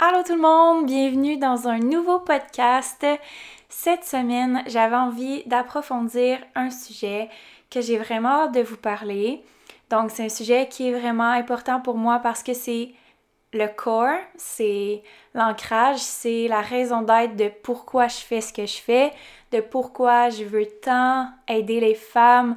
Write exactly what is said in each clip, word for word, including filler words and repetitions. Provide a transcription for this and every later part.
Allô tout le monde, bienvenue dans un nouveau podcast. Cette semaine, j'avais envie d'approfondir un sujet que j'ai vraiment hâte de vous parler. Donc, c'est un sujet qui est vraiment important pour moi parce que c'est le core, c'est l'ancrage, c'est la raison d'être de pourquoi je fais ce que je fais, de pourquoi je veux tant aider les femmes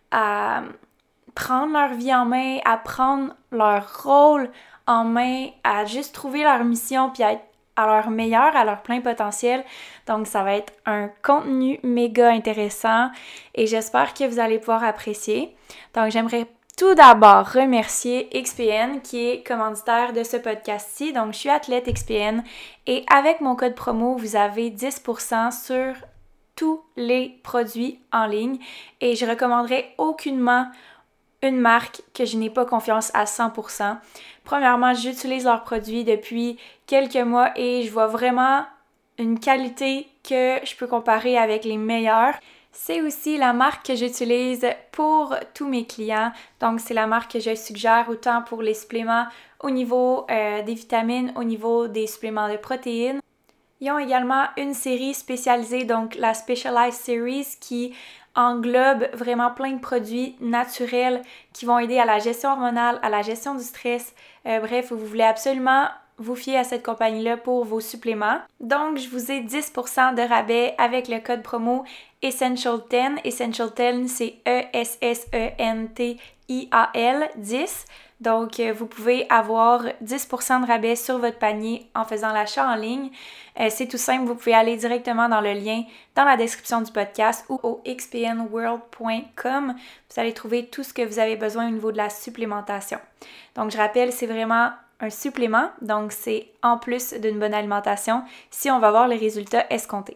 à prendre leur vie en main, à prendre leur rôle en main, à juste trouver leur mission puis à être à leur meilleur, à leur plein potentiel. Donc, ça va être un contenu méga intéressant et j'espère que vous allez pouvoir apprécier. Donc, j'aimerais tout d'abord remercier X P N qui est commanditaire de ce podcast-ci. Donc, je suis athlète X P N et avec mon code promo, vous avez dix pour cent sur tous les produits en ligne et je recommanderais aucunement une marque que je n'ai pas confiance à cent pour cent. Premièrement, j'utilise leurs produits depuis quelques mois et je vois vraiment une qualité que je peux comparer avec les meilleurs. C'est aussi la marque que j'utilise pour tous mes clients. Donc, c'est la marque que je suggère autant pour les suppléments au niveau euh, des vitamines, au niveau des suppléments de protéines. Ils ont également une série spécialisée, donc la Specialized Series, qui englobe vraiment plein de produits naturels qui vont aider à la gestion hormonale, à la gestion du stress. Euh, bref, vous voulez absolument vous fier à cette compagnie-là pour vos suppléments. Donc, je vous ai dix pour cent de rabais avec le code promo Essential dix. Essential dix, c'est E S S E N T I A L dix. Donc, vous pouvez avoir dix pour cent de rabais sur votre panier en faisant l'achat en ligne. Euh, c'est tout simple, vous pouvez aller directement dans le lien dans la description du podcast ou au x p n world point com. Vous allez trouver tout ce que vous avez besoin au niveau de la supplémentation. Donc, je rappelle, c'est vraiment un supplément, donc c'est en plus d'une bonne alimentation si on va voir les résultats escomptés.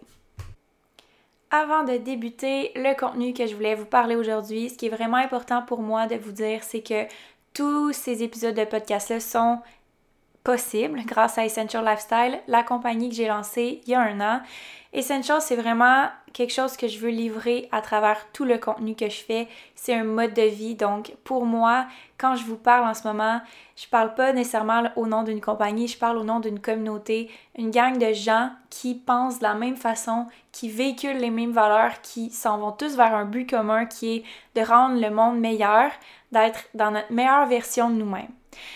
Avant de débuter le contenu que je voulais vous parler aujourd'hui, ce qui est vraiment important pour moi de vous dire, c'est que tous ces épisodes de podcast-là sont possibles grâce à Essential Lifestyle, la compagnie que j'ai lancée il y a un an. Essential, c'est vraiment quelque chose que je veux livrer à travers tout le contenu que je fais. C'est un mode de vie. Donc, pour moi, quand je vous parle en ce moment, je parle pas nécessairement au nom d'une compagnie, je parle au nom d'une communauté, une gang de gens qui pensent de la même façon, qui véhiculent les mêmes valeurs, qui s'en vont tous vers un but commun qui est de rendre le monde meilleur, d'être dans notre meilleure version de nous-mêmes.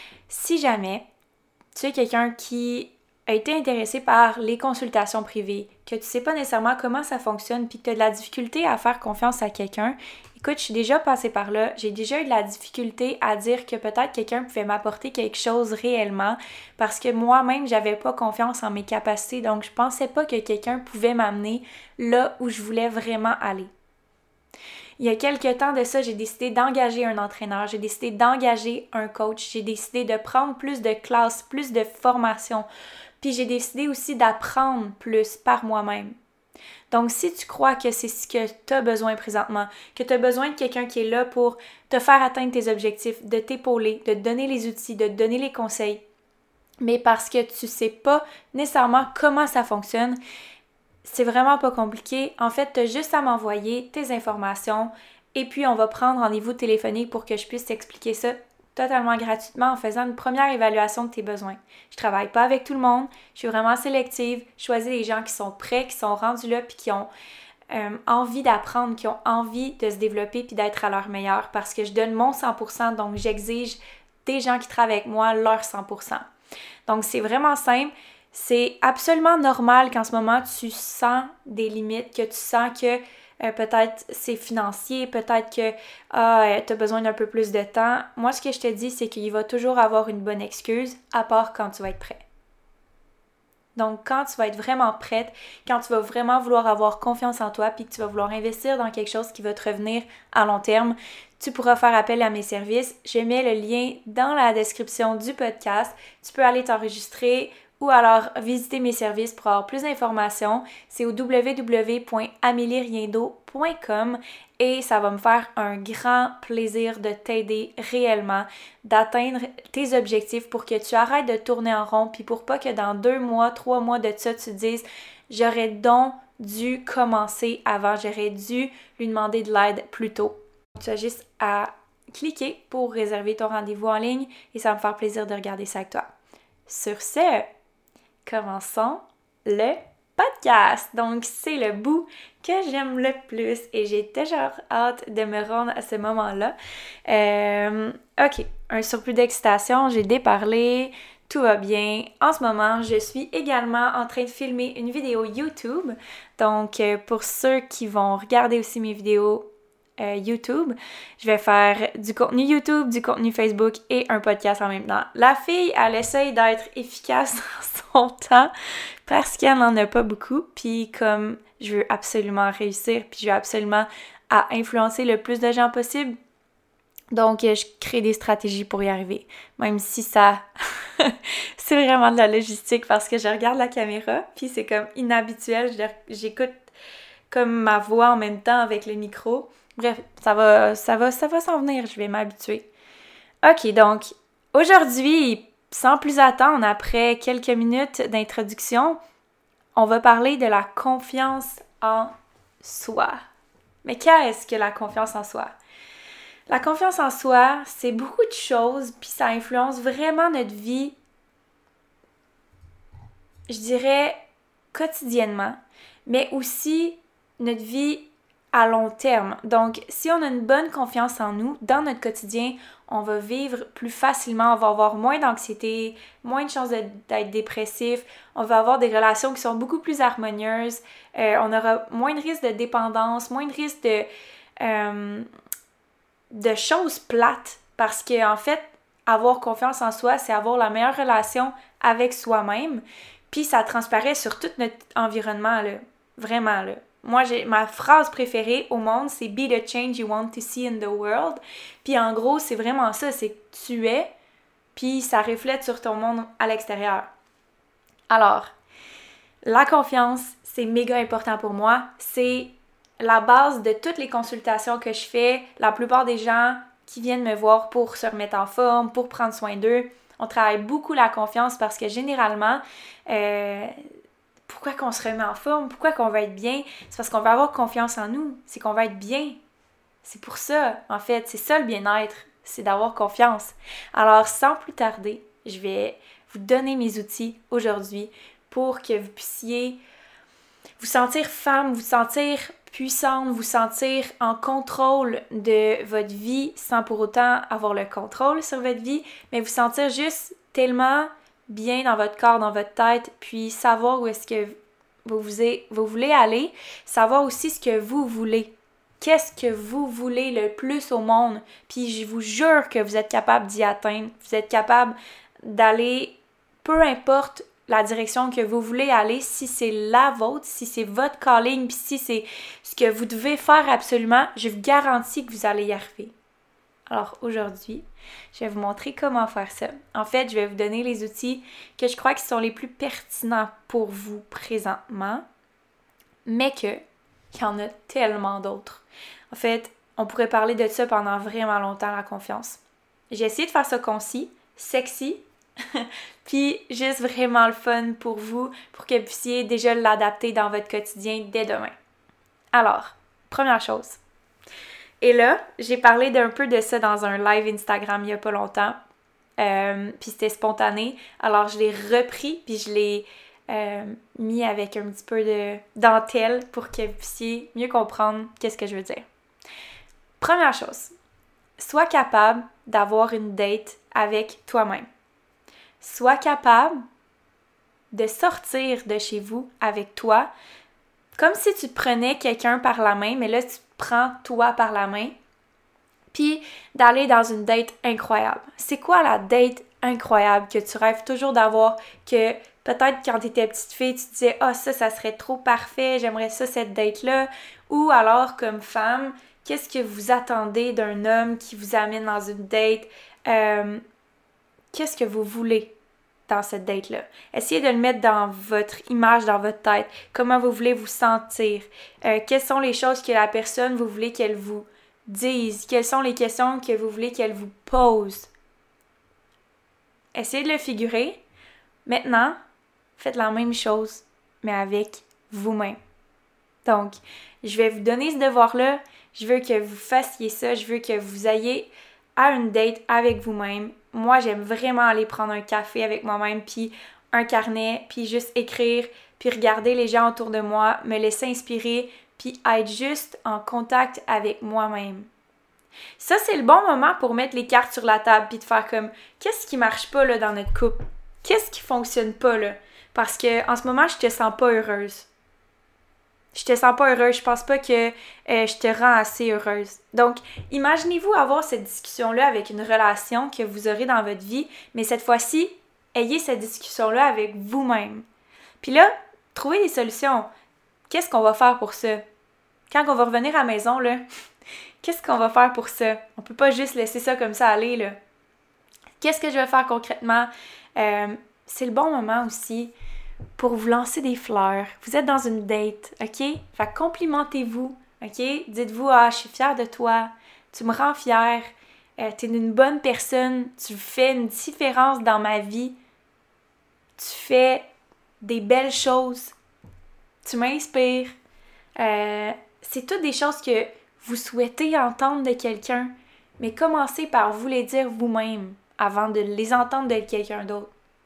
Si jamais tu es quelqu'un qui a été intéressé par les consultations privées, que tu sais pas nécessairement comment ça fonctionne puis que tu as de la difficulté à faire confiance à quelqu'un, écoute, je suis déjà passée par là, j'ai déjà eu de la difficulté à dire que peut-être quelqu'un pouvait m'apporter quelque chose réellement parce que moi-même, j'avais pas confiance en mes capacités, donc je pensais pas que quelqu'un pouvait m'amener là où je voulais vraiment aller. Il y a quelques temps de ça, j'ai décidé d'engager un entraîneur, j'ai décidé d'engager un coach, j'ai décidé de prendre plus de classes, plus de formations, puis j'ai décidé aussi d'apprendre plus par moi-même. Donc, si tu crois que c'est ce que tu as besoin présentement, que tu as besoin de quelqu'un qui est là pour te faire atteindre tes objectifs, de t'épauler, de te donner les outils, de te donner les conseils, mais parce que tu sais pas nécessairement comment ça fonctionne, c'est vraiment pas compliqué. En fait, tu as juste à m'envoyer tes informations et puis on va prendre rendez-vous téléphonique pour que je puisse t'expliquer ça totalement gratuitement en faisant une première évaluation de tes besoins. Je travaille pas avec tout le monde, je suis vraiment sélective, je choisis les gens qui sont prêts, qui sont rendus là puis qui ont euh, envie d'apprendre, qui ont envie de se développer puis d'être à leur meilleur parce que je donne mon cent pour cent, donc j'exige des gens qui travaillent avec moi leur cent pour cent. Donc c'est vraiment simple. C'est absolument normal qu'en ce moment, tu sens des limites, que tu sens que euh, peut-être c'est financier, peut-être que ah, tu as besoin d'un peu plus de temps. Moi, ce que je te dis, c'est qu'il va toujours avoir une bonne excuse, à part quand tu vas être prêt. Donc, quand tu vas être vraiment prête, quand tu vas vraiment vouloir avoir confiance en toi puis que tu vas vouloir investir dans quelque chose qui va te revenir à long terme, tu pourras faire appel à mes services. Je mets le lien dans la description du podcast. Tu peux aller t'enregistrer ou alors visiter mes services pour avoir plus d'informations. C'est au w w w point amélie riendo point com et ça va me faire un grand plaisir de t'aider réellement, d'atteindre tes objectifs pour que tu arrêtes de tourner en rond puis pour pas que dans deux mois, trois mois de ça, tu te dises « j'aurais donc dû commencer avant, j'aurais dû lui demander de l'aide plus tôt ». Tu as juste à cliquer pour réserver ton rendez-vous en ligne et ça va me faire plaisir de regarder ça avec toi. Sur ce, commençons le podcast. Donc, c'est le bout que j'aime le plus et j'ai toujours hâte de me rendre à ce moment-là. Euh, ok, un surplus d'excitation, j'ai déparlé, tout va bien. En ce moment, je suis également en train de filmer une vidéo YouTube. Donc, euh, pour ceux qui vont regarder aussi mes vidéos Euh, YouTube. Je vais faire du contenu YouTube, du contenu Facebook et un podcast en même temps. La fille, elle essaye d'être efficace dans son temps parce qu'elle n'en a pas beaucoup. Puis comme je veux absolument réussir, puis je veux absolument à influencer le plus de gens possible, donc je crée des stratégies pour y arriver. Même si ça... c'est vraiment de la logistique parce que je regarde la caméra, puis c'est comme inhabituel. J'écoute comme ma voix en même temps avec le micro. Bref, ça va, ça va, ça va s'en venir, je vais m'habituer. Ok, donc, aujourd'hui, sans plus attendre, après quelques minutes d'introduction, on va parler de la confiance en soi. Mais qu'est-ce que la confiance en soi? La confiance en soi, c'est beaucoup de choses, puis ça influence vraiment notre vie, je dirais, quotidiennement, mais aussi notre vie à long terme. Donc, si on a une bonne confiance en nous, dans notre quotidien, on va vivre plus facilement, on va avoir moins d'anxiété, moins de chances de, d'être dépressif, on va avoir des relations qui sont beaucoup plus harmonieuses, euh, on aura moins de risques de dépendance, moins de risques de, euh, de choses plates, parce que en fait, avoir confiance en soi, c'est avoir la meilleure relation avec soi-même, puis ça transparaît sur tout notre environnement, là. Vraiment, là. Moi, j'ai ma phrase préférée au monde, c'est « Be the change you want to see in the world ». Puis en gros, c'est vraiment ça, c'est que tu es, puis ça reflète sur ton monde à l'extérieur. Alors, la confiance, c'est méga important pour moi. C'est la base de toutes les consultations que je fais. La plupart des gens qui viennent me voir pour se remettre en forme, pour prendre soin d'eux, on travaille beaucoup la confiance parce que généralement... Euh, Pourquoi qu'on se remet en forme? Pourquoi qu'on va être bien? C'est parce qu'on va avoir confiance en nous. C'est qu'on va être bien. C'est pour ça, en fait. C'est ça le bien-être. C'est d'avoir confiance. Alors, sans plus tarder, je vais vous donner mes outils aujourd'hui pour que vous puissiez vous sentir femme, vous sentir puissante, vous sentir en contrôle de votre vie sans pour autant avoir le contrôle sur votre vie, mais vous sentir juste tellement... bien dans votre corps, dans votre tête, puis savoir où est-ce que vous, vous, vous voulez aller, savoir aussi ce que vous voulez. Qu'est-ce que vous voulez le plus au monde? Puis je vous jure que vous êtes capable d'y atteindre. Vous êtes capable d'aller, peu importe la direction que vous voulez aller, si c'est la vôtre, si c'est votre calling, puis si c'est ce que vous devez faire absolument, je vous garantis que vous allez y arriver. Alors aujourd'hui, je vais vous montrer comment faire ça. En fait, je vais vous donner les outils que je crois qui sont les plus pertinents pour vous présentement, mais que il y en a tellement d'autres. En fait, on pourrait parler de ça pendant vraiment longtemps, la confiance. J'ai essayé de faire ça concis, sexy, puis juste vraiment le fun pour vous, pour que vous puissiez déjà l'adapter dans votre quotidien dès demain. Alors, première chose. Et là, j'ai parlé d'un peu de ça dans un live Instagram il y a pas longtemps. Euh, puis c'était spontané. Alors, je l'ai repris, puis je l'ai euh, mis avec un petit peu de dentelle pour que vous puissiez mieux comprendre qu'est-ce que je veux dire. Première chose, sois capable d'avoir une date avec toi-même. Sois capable de sortir de chez vous avec toi, comme si tu prenais quelqu'un par la main, mais là, tu prends toi par la main, puis d'aller dans une date incroyable. C'est quoi la date incroyable que tu rêves toujours d'avoir, que peut-être quand tu étais petite fille, tu te disais « Ah, oh, ça, ça serait trop parfait, j'aimerais ça, cette date-là » ou alors comme femme, qu'est-ce que vous attendez d'un homme qui vous amène dans une date? Euh, qu'est-ce que vous voulez dans cette date-là? Essayez de le mettre dans votre image, dans votre tête. Comment vous voulez vous sentir? Euh, quelles sont les choses que la personne, vous voulez qu'elle vous dise? Quelles sont les questions que vous voulez qu'elle vous pose? Essayez de le figurer. Maintenant, faites la même chose, mais avec vous-même. Donc, je vais vous donner ce devoir-là. Je veux que vous fassiez ça. Je veux que vous ayez à une date avec vous-même. Moi, j'aime vraiment aller prendre un café avec moi-même, puis un carnet, puis juste écrire, puis regarder les gens autour de moi, me laisser inspirer, puis être juste en contact avec moi-même. Ça, c'est le bon moment pour mettre les cartes sur la table, puis de faire comme, qu'est-ce qui marche pas là dans notre couple? Qu'est-ce qui fonctionne pas là? Parce que en ce moment, je te sens pas heureuse. Je te sens pas heureuse, je pense pas que euh, je te rends assez heureuse. Donc, imaginez-vous avoir cette discussion-là avec une relation que vous aurez dans votre vie, mais cette fois-ci, ayez cette discussion-là avec vous-même. Puis là, trouvez des solutions. Qu'est-ce qu'on va faire pour ça? Quand on va revenir à la maison, là, qu'est-ce qu'on va faire pour ça? On peut pas juste laisser ça comme ça aller, là. Qu'est-ce que je vais faire concrètement? Euh, c'est le bon moment aussi pour vous lancer des fleurs. Vous êtes dans une date, OK? Fait que complimentez-vous, OK? Dites-vous, ah, je suis fière de toi, tu me rends fière, euh, t'es une bonne personne, tu fais une différence dans ma vie, tu fais des belles choses, tu m'inspires. Euh, c'est toutes des choses que vous souhaitez entendre de quelqu'un, mais commencez par vous les dire vous-même avant de les entendre de quelqu'un d'autre.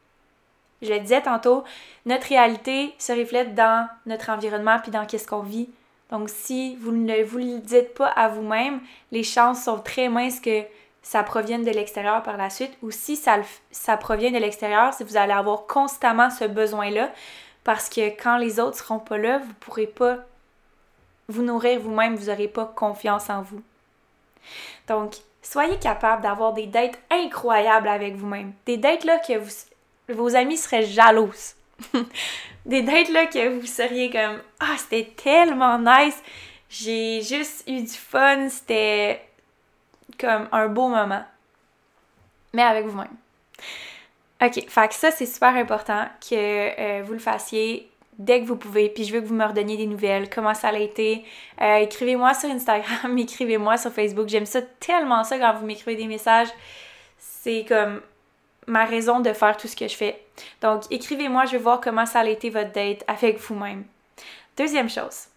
Je le disais tantôt, notre réalité se reflète dans notre environnement puis dans qu'est-ce qu'on vit. Donc, si vous ne vous le dites pas à vous-même, les chances sont très minces que ça provienne de l'extérieur par la suite. Ou si ça, ça provient de l'extérieur, si vous allez avoir constamment ce besoin-là, parce que quand les autres seront pas là, vous pourrez pas vous nourrir vous-même, vous n'aurez pas confiance en vous. Donc, soyez capable d'avoir des dates incroyables avec vous-même. Des dates là que vous... vos amis seraient jalouses. Des dates là que vous seriez comme « Ah, c'était tellement nice! J'ai juste eu du fun, c'était comme un beau moment. » Mais avec vous-même. OK, fait que ça, c'est super important que euh, vous le fassiez dès que vous pouvez. Puis je veux que vous me redonniez des nouvelles, comment ça a été. Euh, écrivez-moi sur Instagram, écrivez-moi sur Facebook. J'aime ça tellement ça quand vous m'écrivez des messages. C'est comme ma raison de faire tout ce que je fais. Donc, écrivez-moi, je veux voir comment ça a été votre date avec vous-même. Deuxième chose,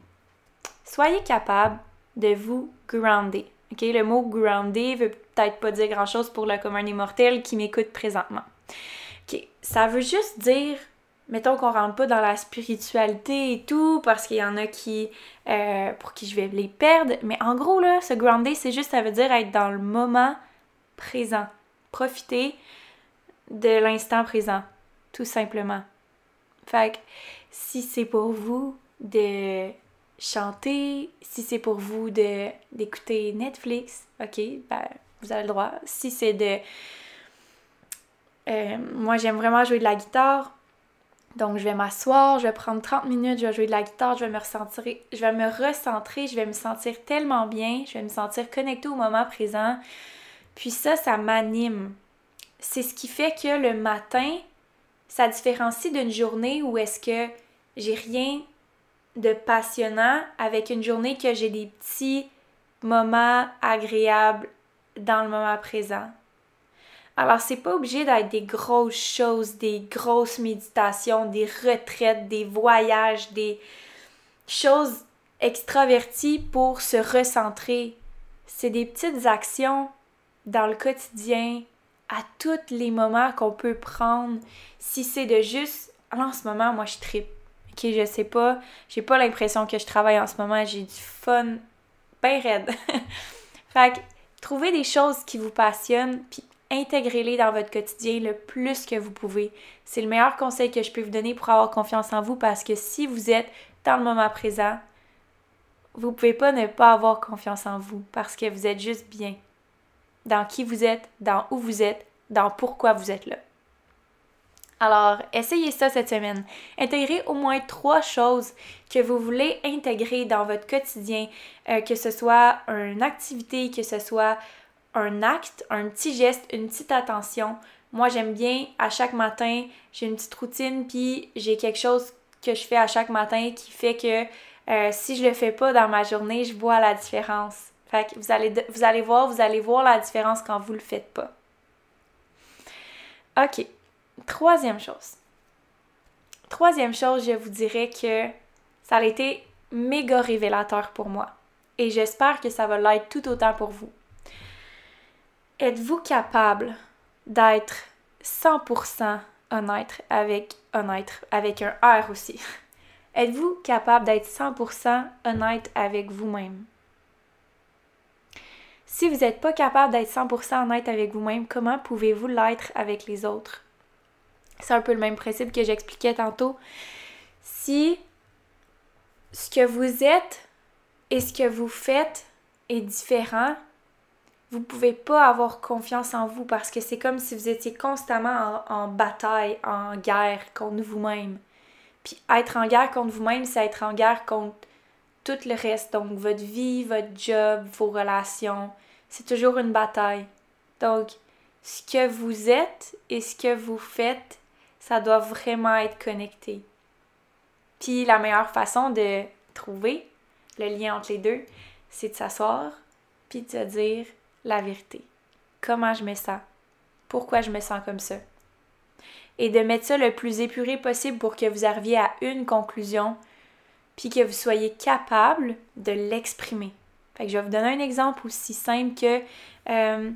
soyez capable de vous grounder. OK? Le mot grounder veut peut-être pas dire grand-chose pour le commun des mortels qui m'écoute présentement. OK? Ça veut juste dire, mettons qu'on rentre pas dans la spiritualité et tout, parce qu'il y en a qui, euh, pour qui je vais les perdre, mais en gros, là, se grounder, c'est juste, ça veut dire être dans le moment présent. Profiter de l'instant présent, tout simplement. Fait que si c'est pour vous de chanter, si c'est pour vous de d'écouter Netflix, ok, ben vous avez le droit. Si c'est de... Euh, moi, j'aime vraiment jouer de la guitare, donc je vais m'asseoir, je vais prendre trente minutes, je vais jouer de la guitare, je vais me recentrer, je vais me recentrer, je vais me sentir tellement bien, je vais me sentir connectée au moment présent. Puis ça, ça m'anime. C'est ce qui fait que le matin, ça différencie d'une journée où est-ce que j'ai rien de passionnant avec une journée que j'ai des petits moments agréables dans le moment présent. Alors, c'est pas obligé d'être des grosses choses, des grosses méditations, des retraites, des voyages, des choses extraverties pour se recentrer. C'est des petites actions dans le quotidien, à tous les moments qu'on peut prendre. Si c'est de juste... En ce moment, moi, je trippe. OK, je sais pas. J'ai pas l'impression que je travaille en ce moment. J'ai du fun ben raide. Fait que, trouvez des choses qui vous passionnent, puis intégrez-les dans votre quotidien le plus que vous pouvez. C'est le meilleur conseil que je peux vous donner pour avoir confiance en vous, parce que si vous êtes dans le moment présent, vous pouvez pas ne pas avoir confiance en vous, parce que vous êtes juste bien. Dans qui vous êtes, dans où vous êtes, dans pourquoi vous êtes là. Alors, essayez ça cette semaine. Intégrez au moins trois choses que vous voulez intégrer dans votre quotidien, euh, que ce soit une activité, que ce soit un acte, un petit geste, une petite attention. Moi, j'aime bien, à chaque matin, j'ai une petite routine, puis j'ai quelque chose que je fais à chaque matin qui fait que euh, si je le fais pas dans ma journée, je vois la différence. Fait que vous allez, vous allez voir, vous allez voir la différence quand vous le faites pas. OK. Troisième chose. Troisième chose, je vous dirais que ça a été méga révélateur pour moi. Et j'espère que ça va l'être tout autant pour vous. Êtes-vous capable d'être cent pour cent honnête avec honnête, avec un R aussi. Êtes-vous capable d'être cent pour cent honnête avec vous-même? Si vous n'êtes pas capable d'être cent pour cent honnête avec vous-même, comment pouvez-vous l'être avec les autres? C'est un peu le même principe que j'expliquais tantôt. Si ce que vous êtes et ce que vous faites est différent, vous ne pouvez pas avoir confiance en vous parce que c'est comme si vous étiez constamment en, en bataille, en guerre contre vous-même. Puis être en guerre contre vous-même, c'est être en guerre contre tout le reste. Donc votre vie, votre job, vos relations, c'est toujours une bataille. Donc ce que vous êtes et ce que vous faites, ça doit vraiment être connecté. Puis la meilleure façon de trouver le lien entre les deux, c'est de s'asseoir puis de se dire la vérité. Comment je me sens? Pourquoi je me sens comme ça? Et de mettre ça le plus épuré possible pour que vous arriviez à une conclusion puis que vous soyez capable de l'exprimer. Fait que je vais vous donner un exemple aussi simple que... Euh,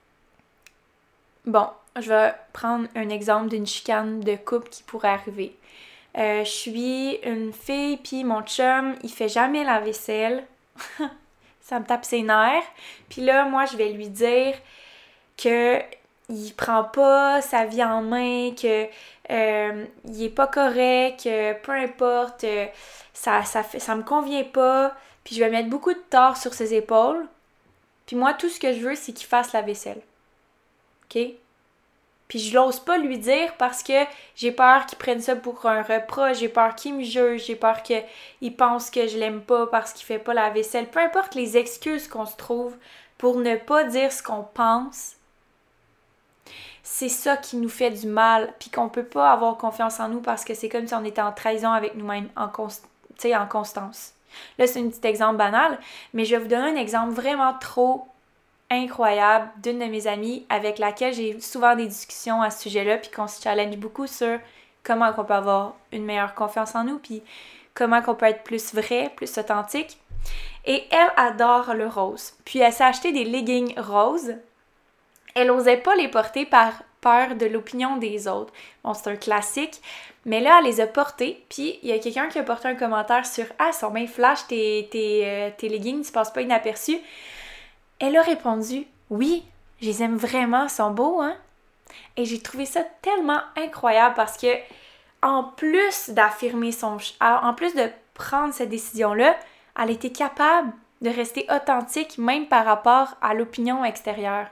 bon, je vais prendre un exemple d'une chicane de couple qui pourrait arriver. Euh, je suis une fille, puis mon chum, il fait jamais la vaisselle. Ça me tape ses nerfs. Puis là, moi, je vais lui dire que il prend pas sa vie en main, que euh, il est pas correct, que peu importe, euh, ça, ça, fait, ça me convient pas. Puis je vais mettre beaucoup de tort sur ses épaules. Puis moi, tout ce que je veux, c'est qu'il fasse la vaisselle. OK? Puis je n'ose pas lui dire parce que j'ai peur qu'il prenne ça pour un reproche, j'ai peur qu'il me juge, j'ai peur qu'il pense que je l'aime pas parce qu'il fait pas la vaisselle. Peu importe les excuses qu'on se trouve pour ne pas dire ce qu'on pense, c'est ça qui nous fait du mal, puis qu'on peut pas avoir confiance en nous parce que c'est comme si on était en trahison avec nous-mêmes, en, const- en constance. Là, c'est un petit exemple banal, mais je vais vous donner un exemple vraiment trop incroyable d'une de mes amies avec laquelle j'ai souvent des discussions à ce sujet-là, puis qu'on se challenge beaucoup sur comment on peut avoir une meilleure confiance en nous, puis comment on peut être plus vrai, plus authentique. Et elle adore le rose. Puis elle s'est acheté des leggings roses. Elle n'osait pas les porter par peur de l'opinion des autres. Bon, c'est un classique. Mais là, elle les a portés, puis il y a quelqu'un qui a porté un commentaire sur « Ah, ils sont bien flash, tes, tes, euh, tes leggings, tu passes pas inaperçus. » Elle a répondu « Oui, je les aime vraiment, ils sont beaux, hein? » Et j'ai trouvé ça tellement incroyable parce que, en plus d'affirmer son... en plus de prendre cette décision-là, elle était capable de rester authentique même par rapport à l'opinion extérieure.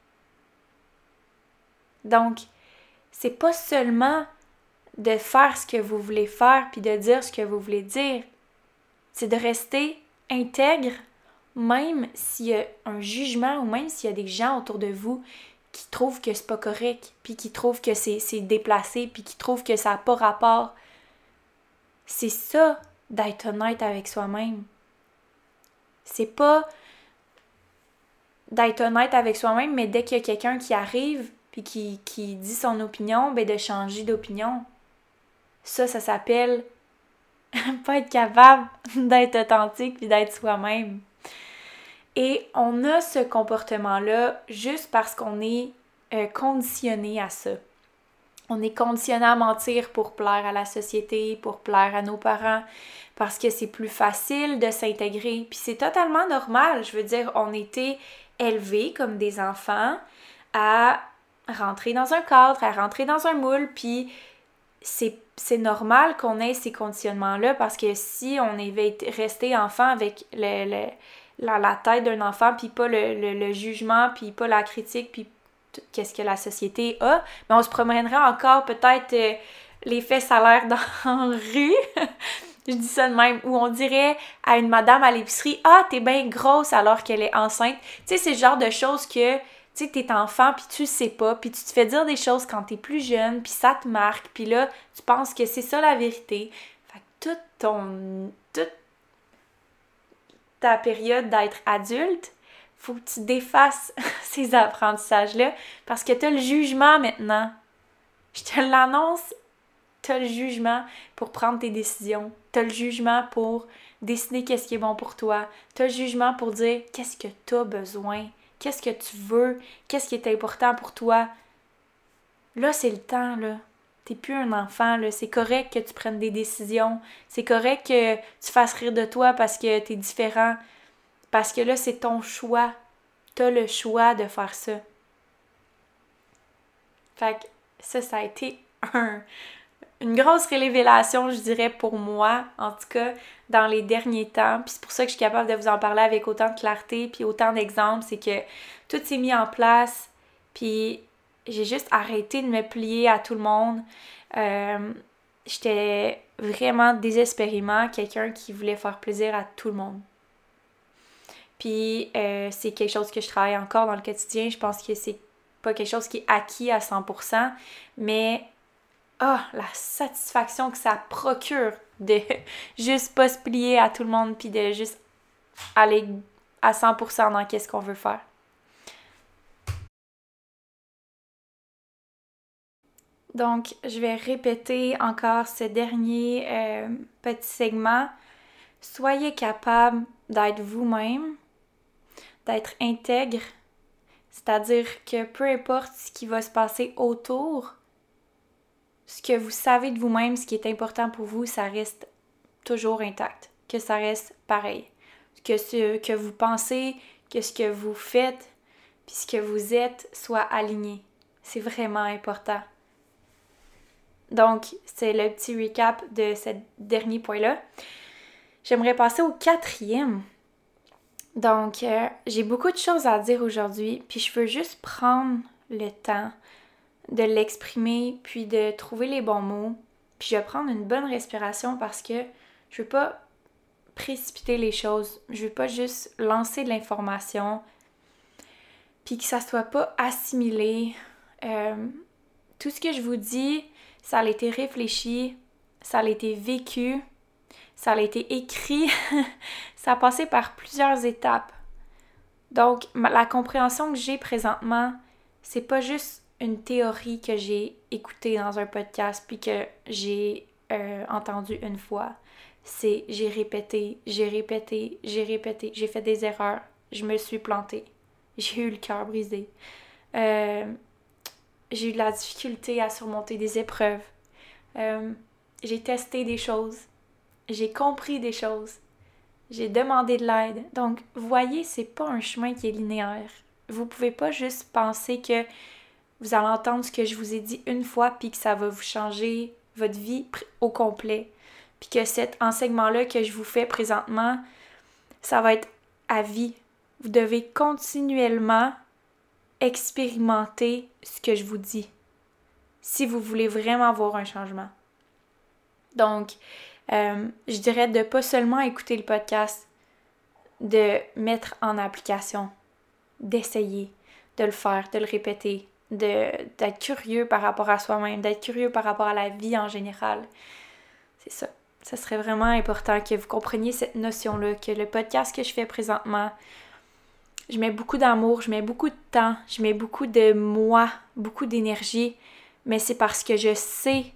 Donc, c'est pas seulement de faire ce que vous voulez faire puis de dire ce que vous voulez dire. C'est de rester intègre même s'il y a un jugement ou même s'il y a des gens autour de vous qui trouvent que c'est pas correct puis qui trouvent que c'est, c'est déplacé puis qui trouvent que ça n'a pas rapport. C'est ça d'être honnête avec soi-même. C'est pas d'être honnête avec soi-même, mais dès qu'il y a quelqu'un qui arrive puis qui, qui dit son opinion, ben de changer d'opinion. Ça, ça s'appelle pas être capable d'être authentique puis d'être soi-même. Et on a ce comportement-là juste parce qu'on est euh, conditionné à ça. On est conditionné à mentir pour plaire à la société, pour plaire à nos parents, parce que c'est plus facile de s'intégrer. Puis c'est totalement normal. Je veux dire, on était élevés comme des enfants à rentrer dans un cadre, à rentrer dans un moule, puis c'est, c'est normal qu'on ait ces conditionnements-là parce que si on est resté enfant avec le, le, la, la tête d'un enfant, puis pas le, le, le jugement, puis pas la critique, puis tout, qu'est-ce que la société a, mais on se promènerait encore peut-être euh, les fesses à l'air dans la rue, je dis ça de même, où on dirait à une madame à l'épicerie « Ah, t'es bien grosse alors qu'elle est enceinte ». Tu sais, c'est le genre de choses que tu sais, t'es enfant, puis tu le sais pas, puis tu te fais dire des choses quand t'es plus jeune, puis ça te marque, puis là, tu penses que c'est ça la vérité. Fait que toute ton... toute ta période d'être adulte, faut que tu défasses ces apprentissages-là, parce que t'as le jugement maintenant. Je te l'annonce, t'as le jugement pour prendre tes décisions. T'as le jugement pour décider qu'est-ce qui est bon pour toi. T'as le jugement pour dire qu'est-ce que t'as besoin. Qu'est-ce que tu veux? Qu'est-ce qui est important pour toi? Là, c'est le temps, là. T'es plus un enfant, là. C'est correct que tu prennes des décisions. C'est correct que tu fasses rire de toi parce que t'es différent. Parce que là, c'est ton choix. T'as le choix de faire ça. Fait que ça, ça a été un, une grosse révélation, je dirais, pour moi, en tout cas, dans les derniers temps. Puis c'est pour ça que je suis capable de vous en parler avec autant de clarté puis autant d'exemples. C'est que tout s'est mis en place. Puis j'ai juste arrêté de me plier à tout le monde. Euh, j'étais vraiment désespérément quelqu'un qui voulait faire plaisir à tout le monde. Puis euh, c'est quelque chose que je travaille encore dans le quotidien. Je pense que c'est pas quelque chose qui est acquis à cent pour cent, mais ah, oh, la satisfaction que ça procure de juste pas se plier à tout le monde puis de juste aller à cent pour cent dans qu'est-ce qu'on veut faire. Donc, je vais répéter encore ce dernier euh, petit segment. Soyez capable d'être vous-même, d'être intègre, c'est-à-dire que peu importe ce qui va se passer autour, ce que vous savez de vous-même, ce qui est important pour vous, ça reste toujours intact, que ça reste pareil. Que ce que vous pensez, que ce que vous faites, puis ce que vous êtes soit aligné. C'est vraiment important. Donc, c'est le petit recap de ce dernier point-là. J'aimerais passer au quatrième. Donc, euh, j'ai beaucoup de choses à dire aujourd'hui, puis je veux juste prendre le temps de l'exprimer, puis de trouver les bons mots. Puis je vais prendre une bonne respiration parce que je veux pas précipiter les choses. Je veux pas juste lancer de l'information, puis que ça soit pas assimilé. Euh, tout ce que je vous dis, ça a été réfléchi, ça a été vécu, ça a été écrit, ça a passé par plusieurs étapes. Donc, la compréhension que j'ai présentement, c'est pas juste une théorie que j'ai écoutée dans un podcast puis que j'ai euh, entendue une fois. C'est j'ai répété, j'ai répété, j'ai répété, j'ai fait des erreurs, je me suis plantée, j'ai eu le cœur brisé. Euh, j'ai eu de la difficulté à surmonter des épreuves. Euh, j'ai testé des choses, j'ai compris des choses, j'ai demandé de l'aide. Donc, voyez, c'est pas un chemin qui est linéaire. Vous pouvez pas juste penser que vous allez entendre ce que je vous ai dit une fois puis que ça va vous changer votre vie au complet. Puis que cet enseignement-là que je vous fais présentement, ça va être à vie. Vous devez continuellement expérimenter ce que je vous dis si vous voulez vraiment voir un changement. Donc, euh, je dirais de pas seulement écouter le podcast, de mettre en application, d'essayer, de le faire, de le répéter, de, d'être curieux par rapport à soi-même, d'être curieux par rapport à la vie en général. C'est ça. Ça serait vraiment important que vous compreniez cette notion-là, que le podcast que je fais présentement, je mets beaucoup d'amour, je mets beaucoup de temps, je mets beaucoup de moi, beaucoup d'énergie, mais c'est parce que je sais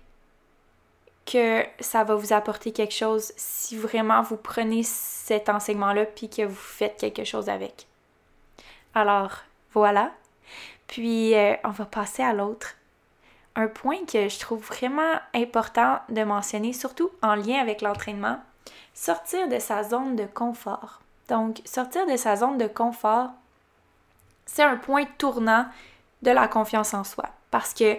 que ça va vous apporter quelque chose si vraiment vous prenez cet enseignement-là puis que vous faites quelque chose avec. Alors, voilà. Puis, euh, on va passer à l'autre. Un point que je trouve vraiment important de mentionner, surtout en lien avec l'entraînement, sortir de sa zone de confort. Donc, sortir de sa zone de confort, c'est un point tournant de la confiance en soi. Parce que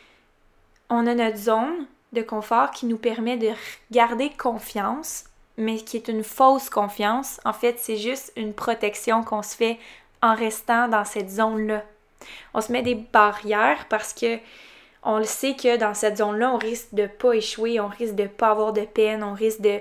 on a notre zone de confort qui nous permet de garder confiance, mais qui est une fausse confiance. En fait, c'est juste une protection qu'on se fait en restant dans cette zone-là. On se met des barrières parce que on le sait que dans cette zone-là, on risque de pas échouer, on risque de pas avoir de peine, on risque de,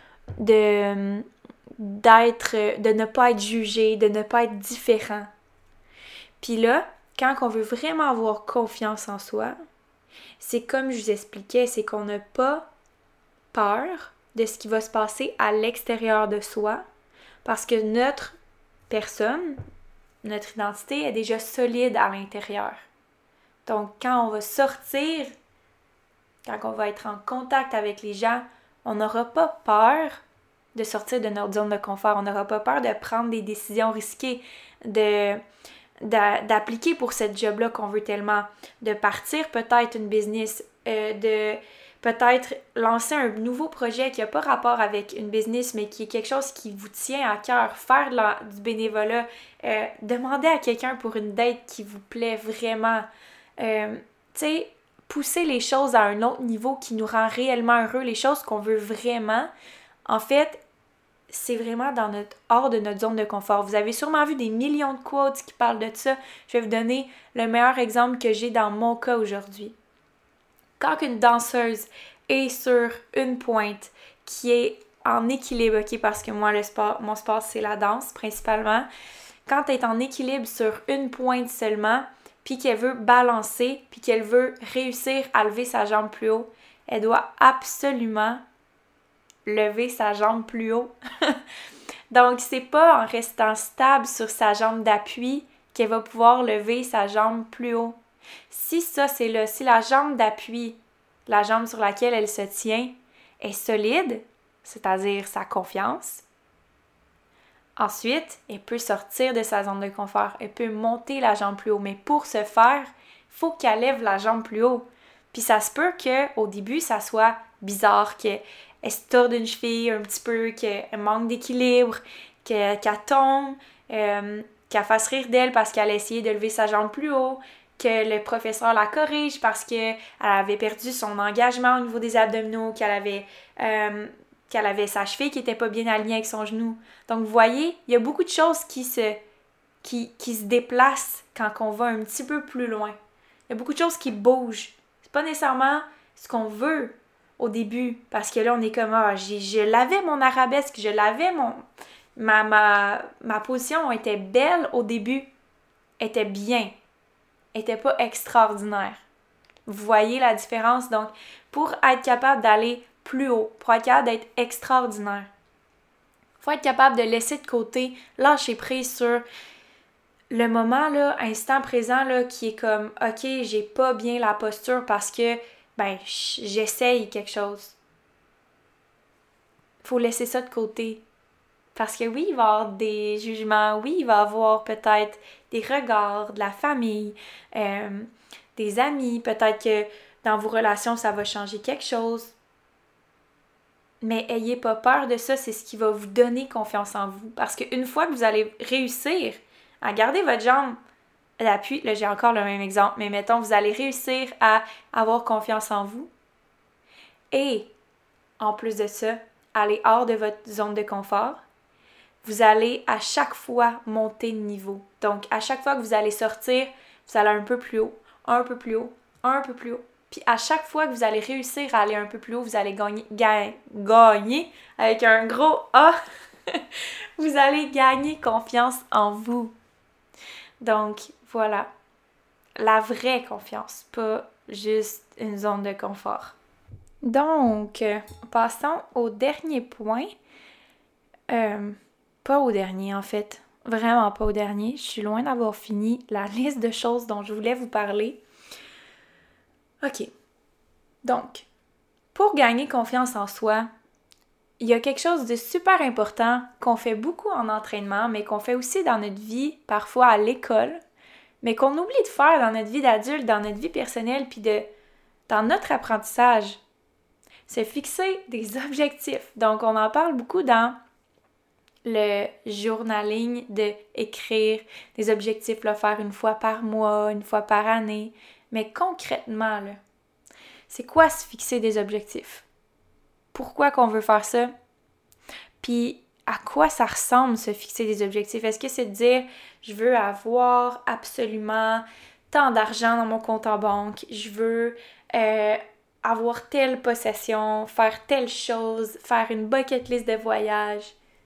de, d'être, de ne pas être jugé, de ne pas être différent. Puis là, quand on veut vraiment avoir confiance en soi, c'est comme je vous expliquais, c'est qu'on n'a pas peur de ce qui va se passer à l'extérieur de soi parce que notre personne, notre identité est déjà solide à l'intérieur. Donc, quand on va sortir, quand on va être en contact avec les gens, on n'aura pas peur de sortir de notre zone de confort. On n'aura pas peur de prendre des décisions risquées, de, de, d'appliquer pour cette job-là qu'on veut tellement, de partir peut-être une business euh, de peut-être lancer un nouveau projet qui n'a pas rapport avec une business, mais qui est quelque chose qui vous tient à cœur, faire de la, du bénévolat, euh, demander à quelqu'un pour une date qui vous plaît vraiment, euh, tu sais, pousser les choses à un autre niveau qui nous rend réellement heureux, les choses qu'on veut vraiment, en fait, c'est vraiment dans notre, hors de notre zone de confort. Vous avez sûrement vu des millions de quotes qui parlent de ça. Je vais vous donner le meilleur exemple que j'ai dans mon cas aujourd'hui. Quand une danseuse est sur une pointe qui est en équilibre, ok, parce que moi, le sport, mon sport, c'est la danse principalement, quand elle est en équilibre sur une pointe seulement, puis qu'elle veut balancer, puis qu'elle veut réussir à lever sa jambe plus haut, elle doit absolument lever sa jambe plus haut. Donc, c'est pas en restant stable sur sa jambe d'appui qu'elle va pouvoir lever sa jambe plus haut. Si ça, c'est là, si la jambe d'appui, la jambe sur laquelle elle se tient, est solide, c'est-à-dire sa confiance, ensuite, elle peut sortir de sa zone de confort, elle peut monter la jambe plus haut. Mais pour ce faire, il faut qu'elle lève la jambe plus haut. Puis ça se peut qu'au début, ça soit bizarre, qu'elle se torde une cheville un petit peu, qu'elle manque d'équilibre, qu'elle, qu'elle tombe, euh, qu'elle fasse rire d'elle parce qu'elle a essayé de lever sa jambe plus haut, que le professeur la corrige parce qu'elle avait perdu son engagement au niveau des abdominaux, qu'elle avait, euh, qu'elle avait sa cheville qui n'était pas bien alignée avec son genou. Donc, vous voyez, il y a beaucoup de choses qui se, qui, qui se déplacent quand on va un petit peu plus loin. Il y a beaucoup de choses qui bougent. C'est pas nécessairement ce qu'on veut au début, parce que là, on est comme, ah, j'ai, je l'avais mon arabesque, je l'avais mon... Ma, ma, ma position était belle au début, était bien, était pas extraordinaire. Vous voyez la différence? Donc, pour être capable d'aller plus haut, pour être capable d'être extraordinaire, il faut être capable de laisser de côté, lâcher prise sur le moment, là, instant présent, là, qui est comme, ok, j'ai pas bien la posture parce que, ben, j'essaye quelque chose. Il faut laisser ça de côté. Parce que oui, il va y avoir des jugements, oui, il va y avoir peut-être des regards de la famille, euh, des amis, peut-être que dans vos relations, ça va changer quelque chose. Mais ayez pas peur de ça, c'est ce qui va vous donner confiance en vous. Parce qu'une fois que vous allez réussir à garder votre jambe d'appui, là j'ai encore le même exemple, mais mettons, vous allez réussir à avoir confiance en vous. Et, en plus de ça, aller hors de votre zone de confort, vous allez à chaque fois monter de niveau. Donc, à chaque fois que vous allez sortir, vous allez un peu plus haut, un peu plus haut, un peu plus haut. Puis à chaque fois que vous allez réussir à aller un peu plus haut, vous allez gagner, ga- gagner avec un gros A, vous allez gagner confiance en vous. Donc, voilà. La vraie confiance, pas juste une zone de confort. Donc, euh, passons au dernier point. Euh... Pas au dernier, en fait. Vraiment pas au dernier. Je suis loin d'avoir fini la liste de choses dont je voulais vous parler. OK. Donc, pour gagner confiance en soi, il y a quelque chose de super important qu'on fait beaucoup en entraînement, mais qu'on fait aussi dans notre vie, parfois à l'école, mais qu'on oublie de faire dans notre vie d'adulte, dans notre vie personnelle, puis de, dans notre apprentissage. C'est fixer des objectifs. Donc, on en parle beaucoup dans le journaling, de écrire des objectifs, le faire une fois par mois, une fois par année. Mais concrètement, là, c'est quoi se fixer des objectifs? Pourquoi qu'on veut faire ça? Puis à quoi ça ressemble se fixer des objectifs? Est-ce que c'est de dire je veux avoir absolument tant d'argent dans mon compte en banque, je veux euh, avoir telle possession, faire telle chose, faire une bucket list de voyage?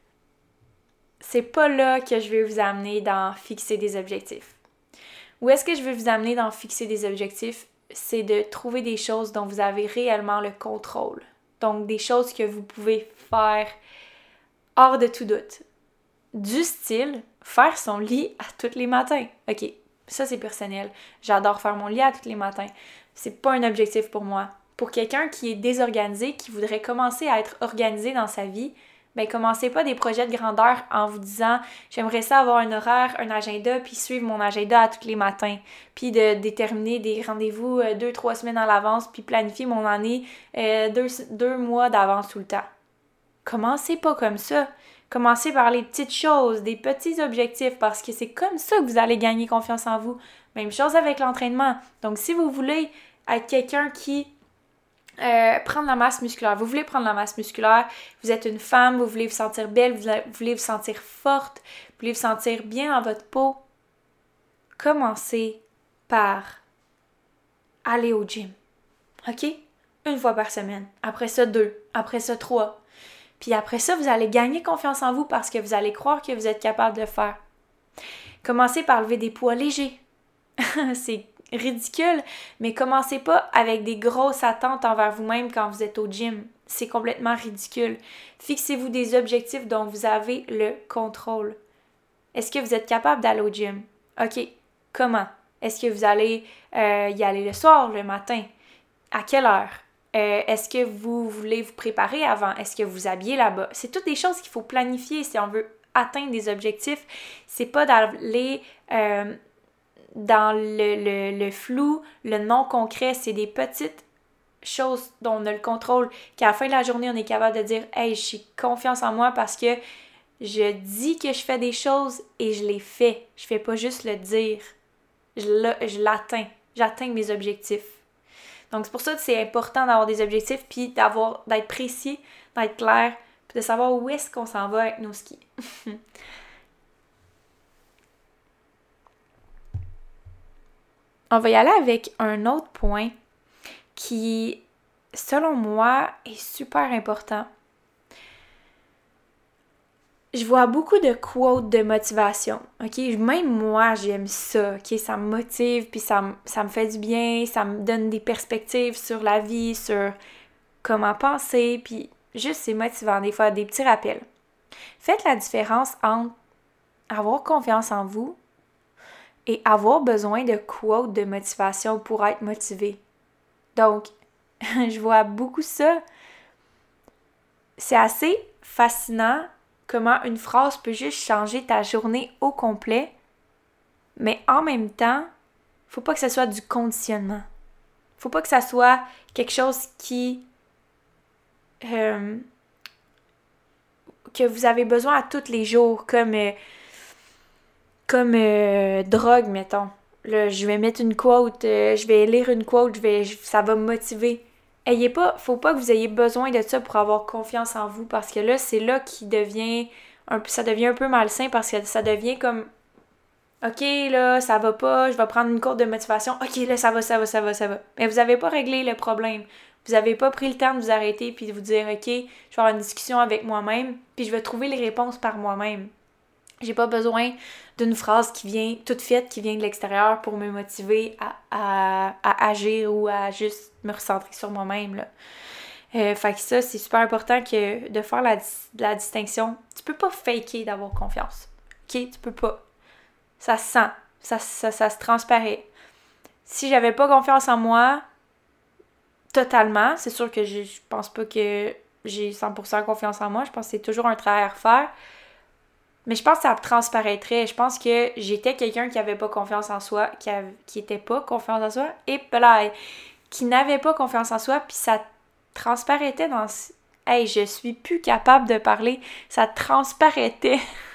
C'est pas là que je vais vous amener dans fixer des objectifs. Où est-ce que je veux vous amener dans fixer des objectifs? C'est de trouver des choses dont vous avez réellement le contrôle. Donc, des choses que vous pouvez faire hors de tout doute. Du style, faire son lit à tous les matins. OK, ça c'est personnel. J'adore faire mon lit à tous les matins. C'est pas un objectif pour moi. Pour quelqu'un qui est désorganisé, qui voudrait commencer à être organisé dans sa vie, ben commencez pas des projets de grandeur en vous disant « J'aimerais ça avoir un horaire, un agenda, puis suivre mon agenda à tous les matins. » Puis de déterminer des rendez-vous euh, deux, trois semaines à l'avance, puis planifier mon année euh, deux, deux mois d'avance tout le temps. Commencez pas comme ça. Commencez par les petites choses, des petits objectifs, parce que c'est comme ça que vous allez gagner confiance en vous. Même chose avec l'entraînement. Donc, si vous voulez être quelqu'un qui euh, prend de la masse musculaire, vous voulez prendre de la masse musculaire, vous êtes une femme, vous voulez vous sentir belle, vous voulez vous sentir forte, vous voulez vous sentir bien dans votre peau, commencez par aller au gym. OK? Une fois par semaine. Après ça, deux. Après ça, trois. Puis après ça, vous allez gagner confiance en vous parce que vous allez croire que vous êtes capable de le faire. Commencez par lever des poids légers. C'est ridicule, mais commencez pas avec des grosses attentes envers vous-même quand vous êtes au gym. C'est complètement ridicule. Fixez-vous des objectifs dont vous avez le contrôle. Est-ce que vous êtes capable d'aller au gym? OK. Comment? Est-ce que vous allez euh, y aller le soir, le matin? À quelle heure? Euh, est-ce que vous voulez vous préparer avant? Est-ce que vous habillez là-bas? C'est toutes des choses qu'il faut planifier si on veut atteindre des objectifs. C'est pas d'aller euh, dans le, le, le flou, le non concret. C'est des petites choses dont on a le contrôle, qu'à la fin de la journée, on est capable de dire « Hey, j'ai confiance en moi parce que je dis que je fais des choses et je les fais. Je fais pas juste le dire. Je l'atteins. J'atteins mes objectifs. » Donc, c'est pour ça que c'est important d'avoir des objectifs, puis d'avoir, d'être précis, d'être clair, puis de savoir où est-ce qu'on s'en va avec nos skis. On va y aller avec un autre point qui, selon moi, est super important. Je vois beaucoup de quotes de motivation, ok? Même moi, j'aime ça, ok? Ça me motive, puis ça, ça me fait du bien, ça me donne des perspectives sur la vie, sur comment penser, puis juste c'est motivant, des fois, des petits rappels. Faites la différence entre avoir confiance en vous et avoir besoin de quotes de motivation pour être motivé. Donc, je vois beaucoup ça. C'est assez fascinant comment une phrase peut juste changer ta journée au complet, mais en même temps, faut pas que ça soit du conditionnement. Faut pas que ça soit quelque chose qui euh, que vous avez besoin à tous les jours, comme euh, comme euh, drogue, mettons. Là, je vais mettre une quote, euh, je vais lire une quote, je vais, ça va me motiver. Ayez pas, faut pas que vous ayez besoin de ça pour avoir confiance en vous, parce que là, c'est là qui devient un, ça devient un peu malsain, parce que ça devient comme OK, là, ça va pas, je vais prendre une courbe de motivation. OK, là, ça va, ça va, ça va, ça va. Mais vous avez pas réglé le problème. Vous avez pas pris le temps de vous arrêter puis de vous dire OK, je vais avoir une discussion avec moi-même, puis je vais trouver les réponses par moi-même. J'ai pas besoin d'une phrase qui vient toute faite, qui vient de l'extérieur pour me motiver à, à, à agir ou à juste me recentrer sur moi-même, là. Euh, fait que ça, c'est super important que de faire la, la distinction. Tu peux pas faker d'avoir confiance. OK? Tu peux pas. Ça se sent. Ça, ça, ça se transparaît. Si j'avais pas confiance en moi, totalement, c'est sûr que je, je pense pas que j'ai cent pour cent confiance en moi. Je pense que c'est toujours un travail à refaire. Mais je pense que ça transparaîtrait. Je pense que j'étais quelqu'un qui avait pas confiance en soi, qui, avait, qui était pas confiance en soi, et là, qui n'avait pas confiance en soi, puis ça transparaissait dans... Hey, je suis plus capable de parler. Ça transparaissait.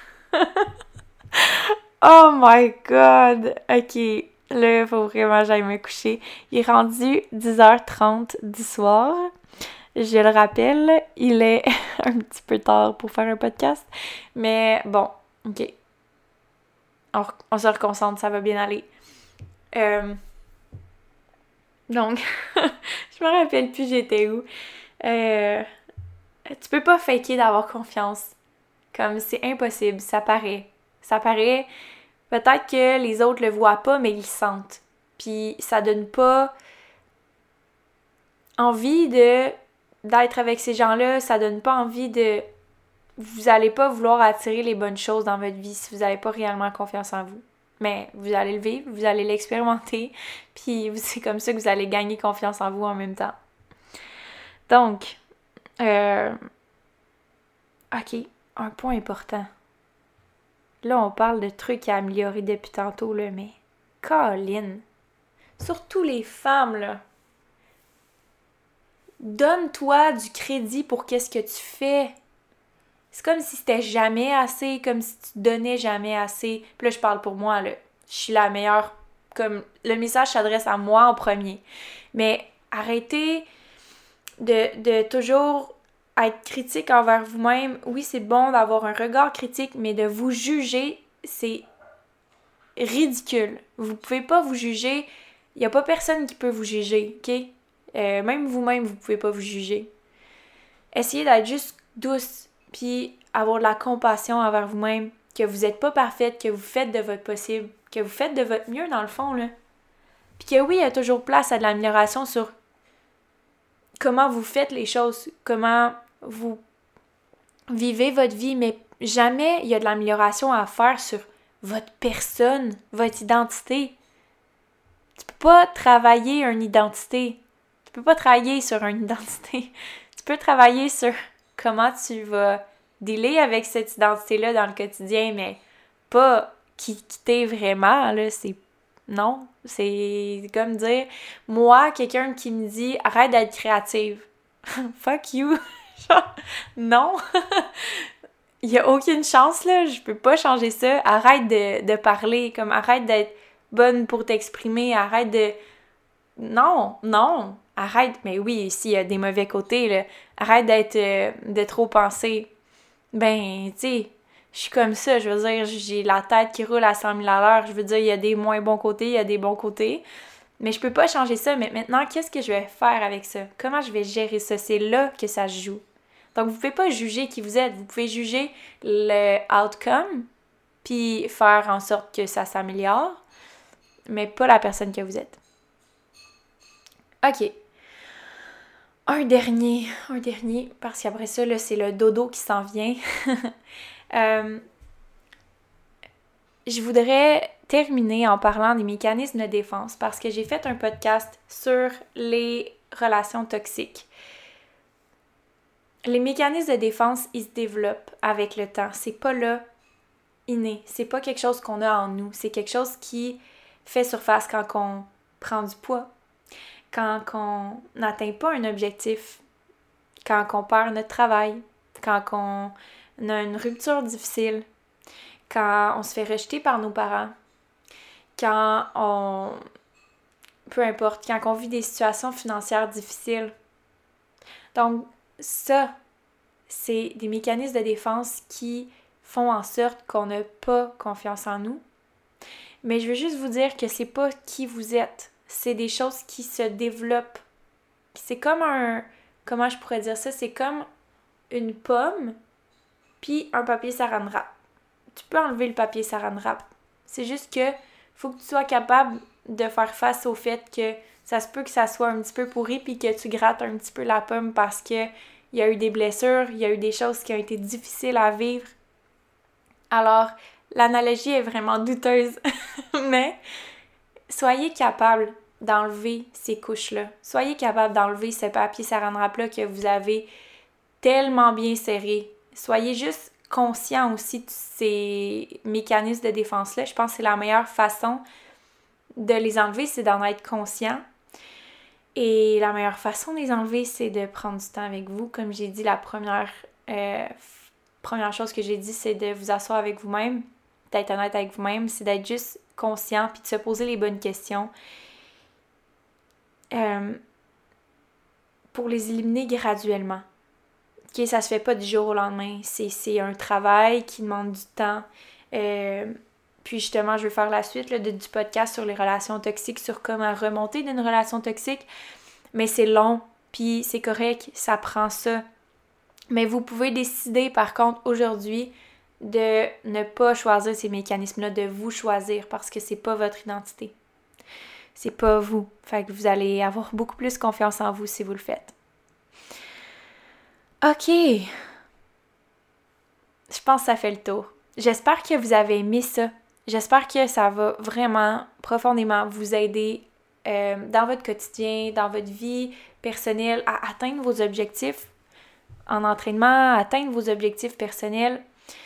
Oh my God! OK, là, il faut vraiment que j'aille me coucher. Il est rendu dix heures trente du soir. Je le rappelle, il est un petit peu tard pour faire un podcast. Mais bon, OK. On, on se reconcentre, ça va bien aller. Euh, donc, je me rappelle plus j'étais où. Euh, tu peux pas faker d'avoir confiance. Comme c'est impossible, ça paraît. Ça paraît... Peut-être que les autres le voient pas, mais ils le sentent. Puis ça donne pas envie de d'être avec ces gens-là, ça donne pas envie de... Vous allez pas vouloir attirer les bonnes choses dans votre vie si vous n'avez pas réellement confiance en vous. Mais vous allez le vivre, vous allez l'expérimenter, puis c'est comme ça que vous allez gagner confiance en vous en même temps. Donc, euh, OK, un point important. Là, on parle de trucs à améliorer depuis tantôt, là, mais... Colin! Surtout les femmes, là. Donne-toi du crédit pour qu'est-ce que tu fais. C'est comme si c'était jamais assez, comme si tu donnais jamais assez. Puis là, je parle pour moi, là. Je suis la meilleure. Comme le message s'adresse à moi en premier. Mais arrêtez de, de toujours être critique envers vous-même. Oui, c'est bon d'avoir un regard critique, mais de vous juger, c'est ridicule. Vous pouvez pas vous juger. Il n'y a pas personne qui peut vous juger, OK? Euh, même vous-même, vous pouvez pas vous juger. Essayez d'être juste douce, puis avoir de la compassion envers vous-même, que vous n'êtes pas parfaite, que vous faites de votre possible, que vous faites de votre mieux dans le fond, là. Puis que oui, il y a toujours place à de l'amélioration sur comment vous faites les choses, comment vous vivez votre vie, mais jamais il y a de l'amélioration à faire sur votre personne, votre identité. Tu peux pas travailler une identité. Tu peux pas travailler sur une identité. Tu peux travailler sur comment tu vas dealer avec cette identité-là dans le quotidien, mais pas qui, qui t'es vraiment, là, c'est... Non, c'est comme dire, moi, quelqu'un qui me dit « Arrête d'être créative. » Fuck you! Genre, non! Il y a aucune chance, là, je peux pas changer ça. Arrête de, de parler, comme arrête d'être bonne pour t'exprimer, arrête de... Non, non, arrête, mais oui, s'il y a des mauvais côtés, là, arrête d'être, euh, de trop penser. Ben, tu sais, je suis comme ça, je veux dire, j'ai la tête qui roule à cent mille à l'heure, je veux dire, il y a des moins bons côtés, il y a des bons côtés, mais je peux pas changer ça, mais maintenant, qu'est-ce que je vais faire avec ça? Comment je vais gérer ça? C'est là que ça se joue. Donc, vous pouvez pas juger qui vous êtes, vous pouvez juger le outcome, puis faire en sorte que ça s'améliore, mais pas la personne que vous êtes. OK. Un dernier, un dernier, parce qu'après ça, là, c'est le dodo qui s'en vient. euh, je voudrais terminer en parlant des mécanismes de défense, parce que j'ai fait un podcast sur les relations toxiques. Les mécanismes de défense, ils se développent avec le temps. C'est pas là, inné. C'est pas quelque chose qu'on a en nous. C'est quelque chose qui fait surface quand on prend du poids, quand on n'atteint pas un objectif, quand on perd notre travail, quand on a une rupture difficile, quand on se fait rejeter par nos parents, quand on... peu importe, quand on vit des situations financières difficiles. Donc, ça, c'est des mécanismes de défense qui font en sorte qu'on n'a pas confiance en nous. Mais je veux juste vous dire que c'est pas qui vous êtes. C'est des choses qui se développent. C'est comme un... Comment je pourrais dire ça? C'est comme une pomme puis un papier saran wrap. Tu peux enlever le papier saran wrap. C'est juste que faut que tu sois capable de faire face au fait que ça se peut que ça soit un petit peu pourri puis que tu grattes un petit peu la pomme parce que il y a eu des blessures, il y a eu des choses qui ont été difficiles à vivre. Alors, l'analogie est vraiment douteuse, mais soyez capable d'enlever ces couches-là. Soyez capable d'enlever ce papier saran wrap-là que vous avez tellement bien serré. Soyez juste conscient aussi de ces mécanismes de défense-là. Je pense que c'est la meilleure façon de les enlever, c'est d'en être conscient. Et la meilleure façon de les enlever, c'est de prendre du temps avec vous. Comme j'ai dit, la première, euh, première chose que j'ai dit, c'est de vous asseoir avec vous-même, d'être honnête avec vous-même, c'est d'être juste conscient puis de se poser les bonnes questions euh, pour les éliminer graduellement. Okay, ça se fait pas du jour au lendemain. C'est, c'est un travail qui demande du temps. Euh, puis justement, je vais faire la suite là, de, du podcast sur les relations toxiques, sur comment remonter d'une relation toxique. Mais c'est long, puis c'est correct, ça prend ça. Mais vous pouvez décider, par contre, aujourd'hui, de ne pas choisir ces mécanismes-là, de vous choisir, parce que c'est pas votre identité. C'est pas vous. Fait que vous allez avoir beaucoup plus confiance en vous si vous le faites. OK. Je pense que ça fait le tour. J'espère que vous avez aimé ça. J'espère que ça va vraiment profondément vous aider euh, dans votre quotidien, dans votre vie personnelle à atteindre vos objectifs. en entraînement, atteindre vos objectifs personnels.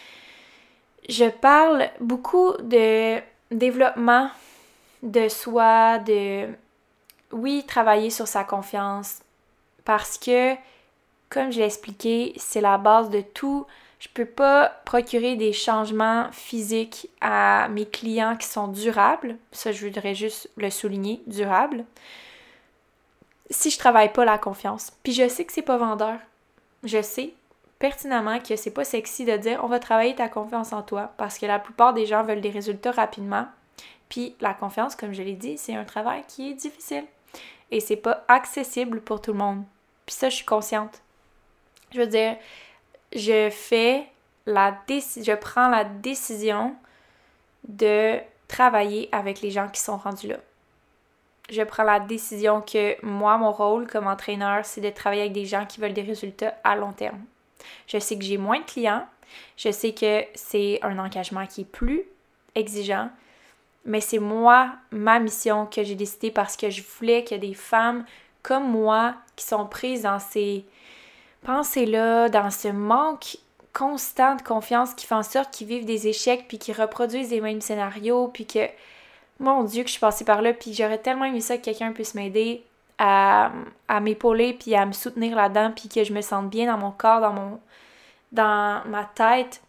Je parle beaucoup de développement de soi, de, oui, travailler sur sa confiance, parce que, comme je l'ai expliqué, c'est la base de tout. Je peux pas procurer des changements physiques à mes clients qui sont durables, ça je voudrais juste le souligner, durables, si je travaille pas la confiance. Puis je sais que c'est pas vendeur. Je sais pertinemment que c'est pas sexy de dire on va travailler ta confiance en toi, parce que la plupart des gens veulent des résultats rapidement. Puis la confiance, comme je l'ai dit, c'est un travail qui est difficile. Et c'est pas accessible pour tout le monde. Puis ça, je suis consciente. Je veux dire, je fais la décision, je prends la décision de travailler avec les gens qui sont rendus là. Je prends la décision que moi, mon rôle comme entraîneur, c'est de travailler avec des gens qui veulent des résultats à long terme. Je sais que j'ai moins de clients, je sais que c'est un engagement qui est plus exigeant, mais c'est moi, ma mission que j'ai décidé parce que je voulais que des femmes comme moi qui sont prises dans ces pensées-là, dans ce manque constant de confiance qui fait en sorte qu'ils vivent des échecs puis qu'ils reproduisent les mêmes scénarios puis que, mon Dieu, que je suis passée par là puis j'aurais tellement aimé ça que quelqu'un puisse m'aider à, à m'épauler puis à me soutenir là-dedans puis que je me sente bien dans mon corps, dans mon dans ma tête.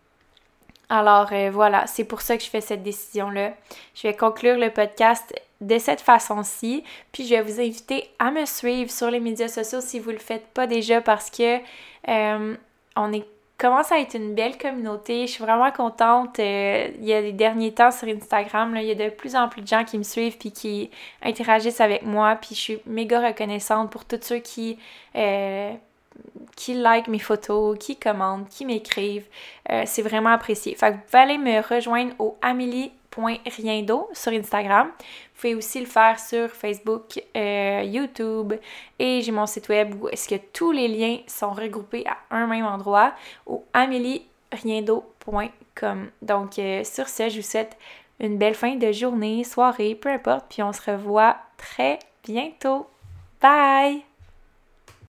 Alors euh, voilà, c'est pour ça que je fais cette décision-là. Je vais conclure le podcast de cette façon-ci, puis je vais vous inviter à me suivre sur les médias sociaux si vous ne le faites pas déjà parce que euh, on est commence à être une belle communauté. Je suis vraiment contente. Euh, il y a les derniers temps sur Instagram, là, il y a de plus en plus de gens qui me suivent puis qui interagissent avec moi, puis je suis méga reconnaissante pour tous ceux qui... Euh, qui like mes photos, qui commentent, qui m'écrivent. Euh, c'est vraiment apprécié. Fait que vous pouvez aller me rejoindre au amélie point riendo sur Instagram. Vous pouvez aussi le faire sur Facebook, euh, YouTube et j'ai mon site web où est-ce que tous les liens sont regroupés à un même endroit au amélie riendo point com. Donc euh, sur ce, je vous souhaite une belle fin de journée, soirée, peu importe, puis on se revoit très bientôt. Bye!